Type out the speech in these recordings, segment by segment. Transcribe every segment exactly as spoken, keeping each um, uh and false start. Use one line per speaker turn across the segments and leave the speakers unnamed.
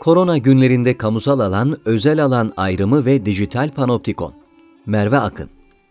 Korona günlerinde kamusal alan, özel alan ayrımı ve dijital panoptikon. Merve Akın.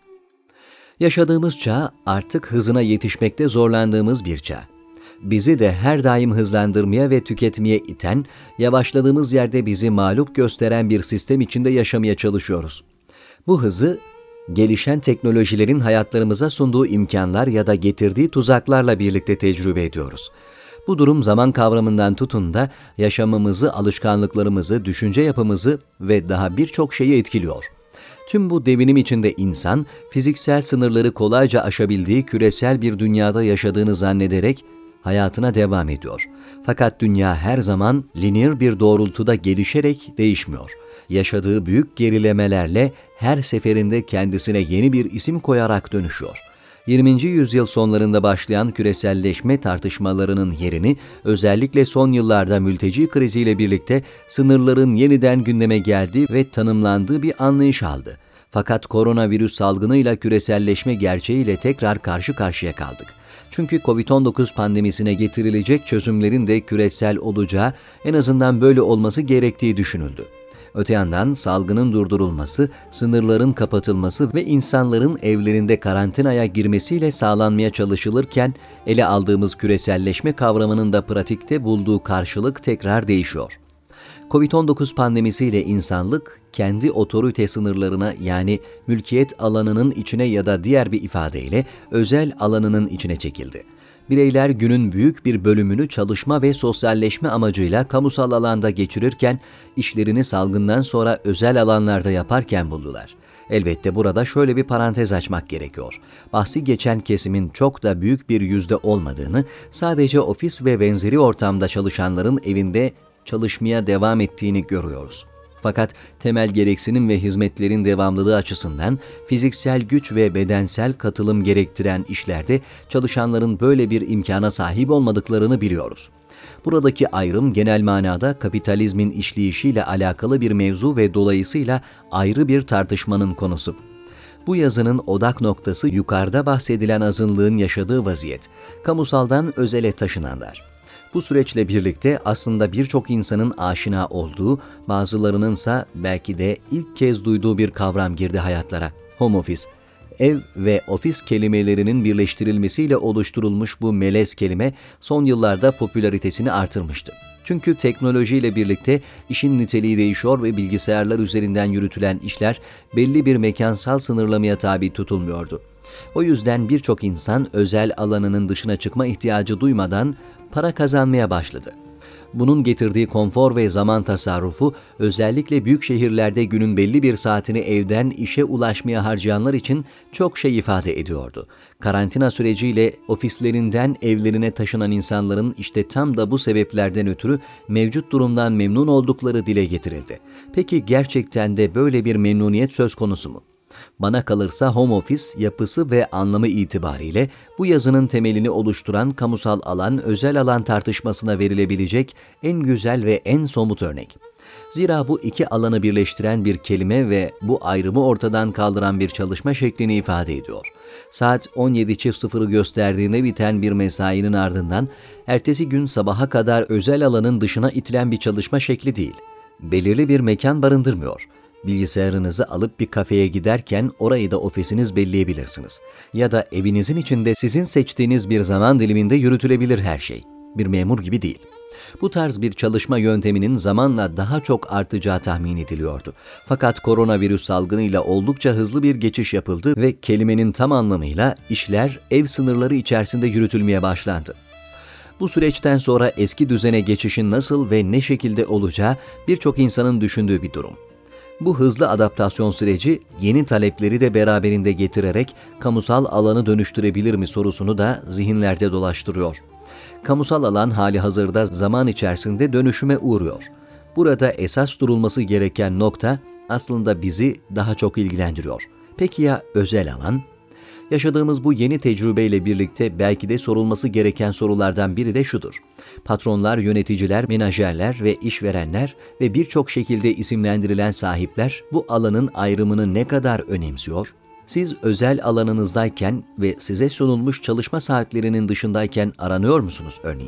Yaşadığımız çağ artık hızına yetişmekte zorlandığımız bir çağ. Bizi de her daim hızlandırmaya ve tüketmeye iten, yavaşladığımız yerde bizi mağlup gösteren bir sistem içinde yaşamaya çalışıyoruz. Bu hızı, gelişen teknolojilerin hayatlarımıza sunduğu imkanlar ya da getirdiği tuzaklarla birlikte tecrübe ediyoruz. Bu durum zaman kavramından tutun da yaşamımızı, alışkanlıklarımızı, düşünce yapımızı ve daha birçok şeyi etkiliyor. Tüm bu devinim içinde insan, fiziksel sınırları kolayca aşabildiği küresel bir dünyada yaşadığını zannederek hayatına devam ediyor. Fakat dünya her zaman lineer bir doğrultuda gelişerek değişmiyor. Yaşadığı büyük gerilemelerle her seferinde kendisine yeni bir isim koyarak dönüşüyor. yirminci yüzyıl sonlarında başlayan küreselleşme tartışmalarının yerini özellikle son yıllarda mülteci kriziyle birlikte sınırların yeniden gündeme geldiği ve tanımlandığı bir anlayış aldı. Fakat koronavirüs salgınıyla küreselleşme gerçeğiyle tekrar karşı karşıya kaldık. Çünkü kovid on dokuz pandemisine getirilecek çözümlerin de küresel olacağı, en azından böyle olması gerektiği düşünüldü. Öte yandan salgının durdurulması, sınırların kapatılması ve insanların evlerinde karantinaya girmesiyle sağlanmaya çalışılırken ele aldığımız küreselleşme kavramının da pratikte bulduğu karşılık tekrar değişiyor. kovid on dokuz pandemisiyle insanlık kendi otorite sınırlarına, yani mülkiyet alanının içine ya da diğer bir ifadeyle özel alanının içine çekildi. Bireyler günün büyük bir bölümünü çalışma ve sosyalleşme amacıyla kamusal alanda geçirirken, işlerini salgından sonra özel alanlarda yaparken buldular. Elbette burada şöyle bir parantez açmak gerekiyor. Bahsi geçen kesimin çok da büyük bir yüzde olmadığını, sadece ofis ve benzeri ortamda çalışanların evinde çalışmaya devam ettiğini görüyoruz. Fakat temel gereksinim ve hizmetlerin devamlılığı açısından fiziksel güç ve bedensel katılım gerektiren işlerde çalışanların böyle bir imkana sahip olmadıklarını biliyoruz. Buradaki ayrım genel manada kapitalizmin işleyişiyle alakalı bir mevzu ve dolayısıyla ayrı bir tartışmanın konusu. Bu yazının odak noktası yukarıda bahsedilen azınlığın yaşadığı vaziyet, kamusaldan özele taşınanlar. Bu süreçle birlikte aslında birçok insanın aşina olduğu, bazılarınınsa belki de ilk kez duyduğu bir kavram girdi hayatlara: home office. Ev ve ofis kelimelerinin birleştirilmesiyle oluşturulmuş bu melez kelime son yıllarda popülaritesini artırmıştı. Çünkü teknolojiyle birlikte işin niteliği değişiyor ve bilgisayarlar üzerinden yürütülen işler belli bir mekansal sınırlamaya tabi tutulmuyordu. O yüzden birçok insan özel alanının dışına çıkma ihtiyacı duymadan para kazanmaya başladı. Bunun getirdiği konfor ve zaman tasarrufu özellikle büyük şehirlerde günün belli bir saatini evden işe ulaşmaya harcayanlar için çok şey ifade ediyordu. Karantina süreciyle ofislerinden evlerine taşınan insanların işte tam da bu sebeplerden ötürü mevcut durumdan memnun oldukları dile getirildi. Peki gerçekten de böyle bir memnuniyet söz konusu mu? Bana kalırsa home office yapısı ve anlamı itibariyle bu yazının temelini oluşturan kamusal alan, özel alan tartışmasına verilebilecek en güzel ve en somut örnek. Zira bu iki alanı birleştiren bir kelime ve bu ayrımı ortadan kaldıran bir çalışma şeklini ifade ediyor. Saat on yedi sıfırı gösterdiğinde biten bir mesainin ardından ertesi gün sabaha kadar özel alanın dışına itilen bir çalışma şekli değil. Belirli bir mekan barındırmıyor. Bilgisayarınızı alıp bir kafeye giderken orayı da ofisiniz belleyebilirsiniz. Ya da evinizin içinde sizin seçtiğiniz bir zaman diliminde yürütülebilir her şey. Bir memur gibi değil. Bu tarz bir çalışma yönteminin zamanla daha çok artacağı tahmin ediliyordu. Fakat koronavirüs salgınıyla oldukça hızlı bir geçiş yapıldı ve kelimenin tam anlamıyla işler ev sınırları içerisinde yürütülmeye başlandı. Bu süreçten sonra eski düzene geçişin nasıl ve ne şekilde olacağı birçok insanın düşündüğü bir durum. Bu hızlı adaptasyon süreci yeni talepleri de beraberinde getirerek kamusal alanı dönüştürebilir mi sorusunu da zihinlerde dolaştırıyor. Kamusal alan hali hazırda zaman içerisinde dönüşüme uğruyor. Burada esas durulması gereken nokta aslında bizi daha çok ilgilendiriyor. Peki ya özel alan? Yaşadığımız bu yeni tecrübeyle birlikte belki de sorulması gereken sorulardan biri de şudur: patronlar, yöneticiler, menajerler ve işverenler ve birçok şekilde isimlendirilen sahipler bu alanın ayrımını ne kadar önemsiyor? Siz özel alanınızdayken ve size sunulmuş çalışma saatlerinin dışındayken aranıyor musunuz örneğin?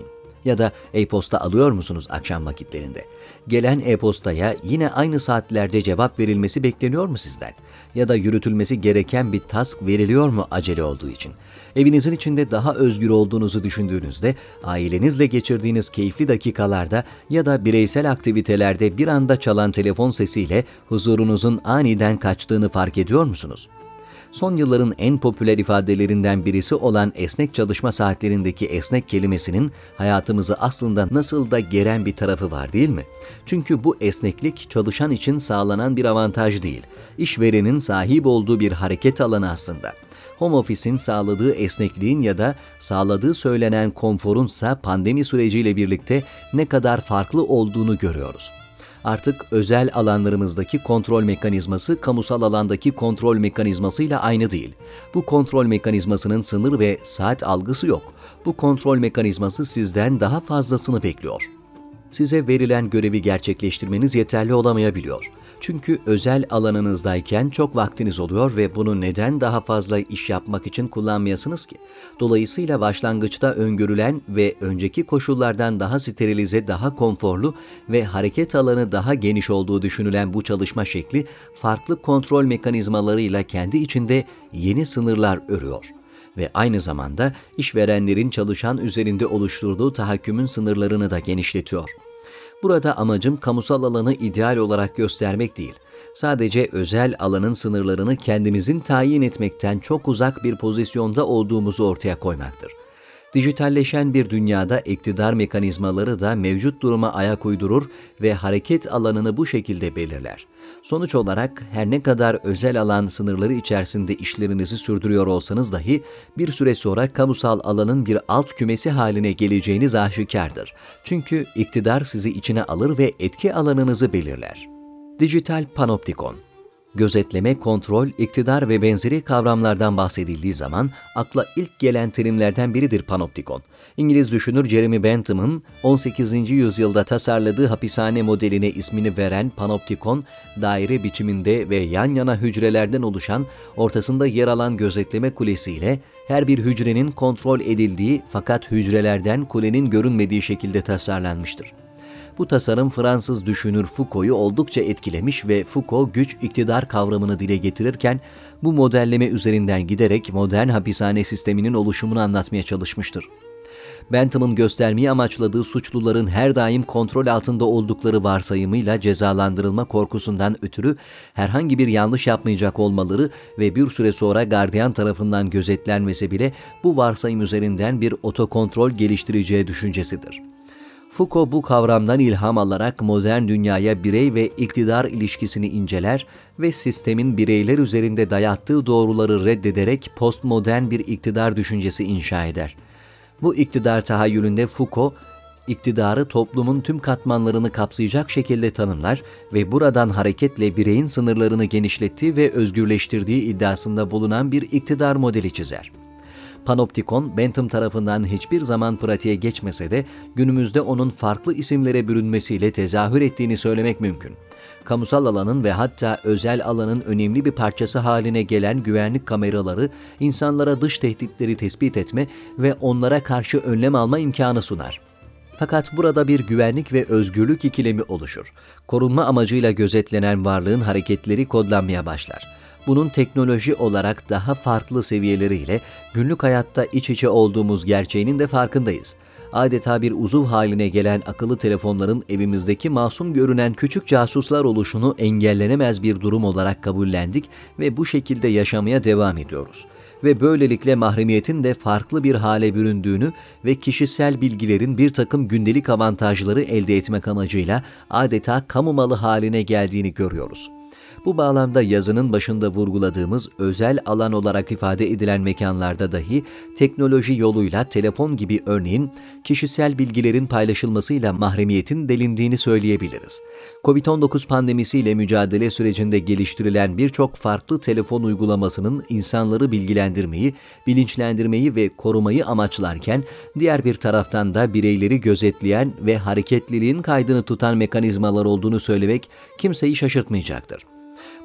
Ya da e-posta alıyor musunuz akşam vakitlerinde? Gelen e-postaya yine aynı saatlerde cevap verilmesi bekleniyor mu sizden? Ya da yürütülmesi gereken bir task veriliyor mu acele olduğu için? Evinizin içinde daha özgür olduğunuzu düşündüğünüzde, ailenizle geçirdiğiniz keyifli dakikalarda ya da bireysel aktivitelerde bir anda çalan telefon sesiyle huzurunuzun aniden kaçtığını fark ediyor musunuz? Son yılların en popüler ifadelerinden birisi olan esnek çalışma saatlerindeki esnek kelimesinin hayatımızı aslında nasıl da geren bir tarafı var değil mi? Çünkü bu esneklik çalışan için sağlanan bir avantaj değil, işverenin sahip olduğu bir hareket alanı aslında. Home office'in sağladığı esnekliğin ya da sağladığı söylenen konforunsa pandemi süreciyle birlikte ne kadar farklı olduğunu görüyoruz. Artık özel alanlarımızdaki kontrol mekanizması kamusal alandaki kontrol mekanizmasıyla aynı değil. Bu kontrol mekanizmasının sınır ve saat algısı yok. Bu kontrol mekanizması sizden daha fazlasını bekliyor. Size verilen görevi gerçekleştirmeniz yeterli olamayabiliyor. Çünkü özel alanınızdayken çok vaktiniz oluyor ve bunu neden daha fazla iş yapmak için kullanmayasınız ki? Dolayısıyla başlangıçta öngörülen ve önceki koşullardan daha sterilize, daha konforlu ve hareket alanı daha geniş olduğu düşünülen bu çalışma şekli farklı kontrol mekanizmalarıyla kendi içinde yeni sınırlar örüyor. Ve aynı zamanda işverenlerin çalışan üzerinde oluşturduğu tahakkümün sınırlarını da genişletiyor. Burada amacım kamusal alanı ideal olarak göstermek değil, sadece özel alanın sınırlarını kendimizin tayin etmekten çok uzak bir pozisyonda olduğumuzu ortaya koymaktır. Dijitalleşen bir dünyada iktidar mekanizmaları da mevcut duruma ayak uydurur ve hareket alanını bu şekilde belirler. Sonuç olarak her ne kadar özel alan sınırları içerisinde işlerinizi sürdürüyor olsanız dahi bir süre sonra kamusal alanın bir alt kümesi haline geleceğiniz aşikardır. Çünkü iktidar sizi içine alır ve etki alanınızı belirler. Dijital panoptikon. Gözetleme, kontrol, iktidar ve benzeri kavramlardan bahsedildiği zaman akla ilk gelen terimlerden biridir panoptikon. İngiliz düşünür Jeremy Bentham'ın on sekizinci yüzyılda tasarladığı hapishane modeline ismini veren panoptikon, daire biçiminde ve yan yana hücrelerden oluşan, ortasında yer alan gözetleme kulesiyle her bir hücrenin kontrol edildiği fakat hücrelerden kulenin görünmediği şekilde tasarlanmıştır. Bu tasarım Fransız düşünür Foucault'u oldukça etkilemiş ve Foucault güç-iktidar kavramını dile getirirken bu modelleme üzerinden giderek modern hapishane sisteminin oluşumunu anlatmaya çalışmıştır. Bentham'ın göstermeyi amaçladığı suçluların her daim kontrol altında oldukları varsayımıyla cezalandırılma korkusundan ötürü herhangi bir yanlış yapmayacak olmaları ve bir süre sonra gardiyan tarafından gözetlenmese bile bu varsayım üzerinden bir otokontrol geliştireceği düşüncesidir. Foucault bu kavramdan ilham alarak modern dünyaya birey ve iktidar ilişkisini inceler ve sistemin bireyler üzerinde dayattığı doğruları reddederek postmodern bir iktidar düşüncesi inşa eder. Bu iktidar tahayyülünde Foucault, iktidarı toplumun tüm katmanlarını kapsayacak şekilde tanımlar ve buradan hareketle bireyin sınırlarını genişlettiği ve özgürleştirdiği iddiasında bulunan bir iktidar modeli çizer. Panoptikon, Bentham tarafından hiçbir zaman pratiğe geçmese de günümüzde onun farklı isimlere bürünmesiyle tezahür ettiğini söylemek mümkün. Kamusal alanın ve hatta özel alanın önemli bir parçası haline gelen güvenlik kameraları, insanlara dış tehditleri tespit etme ve onlara karşı önlem alma imkanı sunar. Fakat burada bir güvenlik ve özgürlük ikilemi oluşur. Korunma amacıyla gözetlenen varlığın hareketleri kodlanmaya başlar. Bunun teknoloji olarak daha farklı seviyeleriyle günlük hayatta iç içe olduğumuz gerçeğinin de farkındayız. Adeta bir uzuv haline gelen akıllı telefonların evimizdeki masum görünen küçük casuslar oluşunu engellenemez bir durum olarak kabullendik ve bu şekilde yaşamaya devam ediyoruz. Ve böylelikle mahremiyetin de farklı bir hale büründüğünü ve kişisel bilgilerin bir takım gündelik avantajları elde etmek amacıyla adeta kamu malı haline geldiğini görüyoruz. Bu bağlamda yazının başında vurguladığımız özel alan olarak ifade edilen mekanlarda dahi teknoloji yoluyla telefon gibi örneğin kişisel bilgilerin paylaşılmasıyla mahremiyetin delindiğini söyleyebiliriz. kovid on dokuz pandemisiyle mücadele sürecinde geliştirilen birçok farklı telefon uygulamasının insanları bilgilendirmeyi, bilinçlendirmeyi ve korumayı amaçlarken diğer bir taraftan da bireyleri gözetleyen ve hareketliliğin kaydını tutan mekanizmalar olduğunu söylemek kimseyi şaşırtmayacaktır.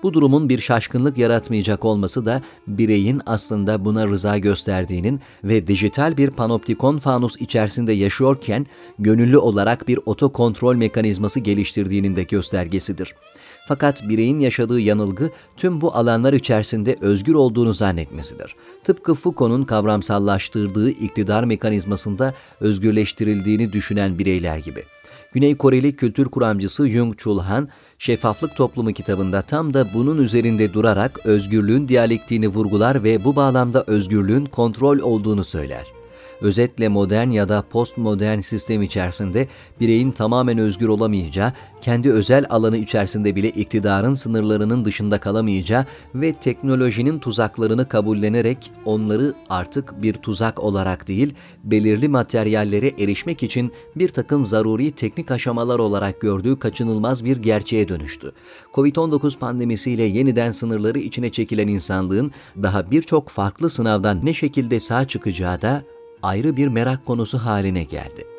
Bu durumun bir şaşkınlık yaratmayacak olması da bireyin aslında buna rıza gösterdiğinin ve dijital bir panoptikon fanus içerisinde yaşıyorken gönüllü olarak bir otokontrol mekanizması geliştirdiğinin de göstergesidir. Fakat bireyin yaşadığı yanılgı tüm bu alanlar içerisinde özgür olduğunu zannetmesidir. Tıpkı Foucault'un kavramsallaştırdığı iktidar mekanizmasında özgürleştirildiğini düşünen bireyler gibi. Güney Koreli kültür kuramcısı Jung-Chul Han, Şeffaflık Toplumu kitabında tam da bunun üzerinde durarak özgürlüğün diyalektiğini vurgular ve bu bağlamda özgürlüğün kontrol olduğunu söyler. Özetle modern ya da postmodern sistem içerisinde bireyin tamamen özgür olamayacağı, kendi özel alanı içerisinde bile iktidarın sınırlarının dışında kalamayacağı ve teknolojinin tuzaklarını kabullenerek onları artık bir tuzak olarak değil, belirli materyallere erişmek için bir takım zaruri teknik aşamalar olarak gördüğü kaçınılmaz bir gerçeğe dönüştü. kovid on dokuz pandemisiyle yeniden sınırları içine çekilen insanlığın daha birçok farklı sınavdan ne şekilde sağ çıkacağı da ayrı bir merak konusu haline geldi.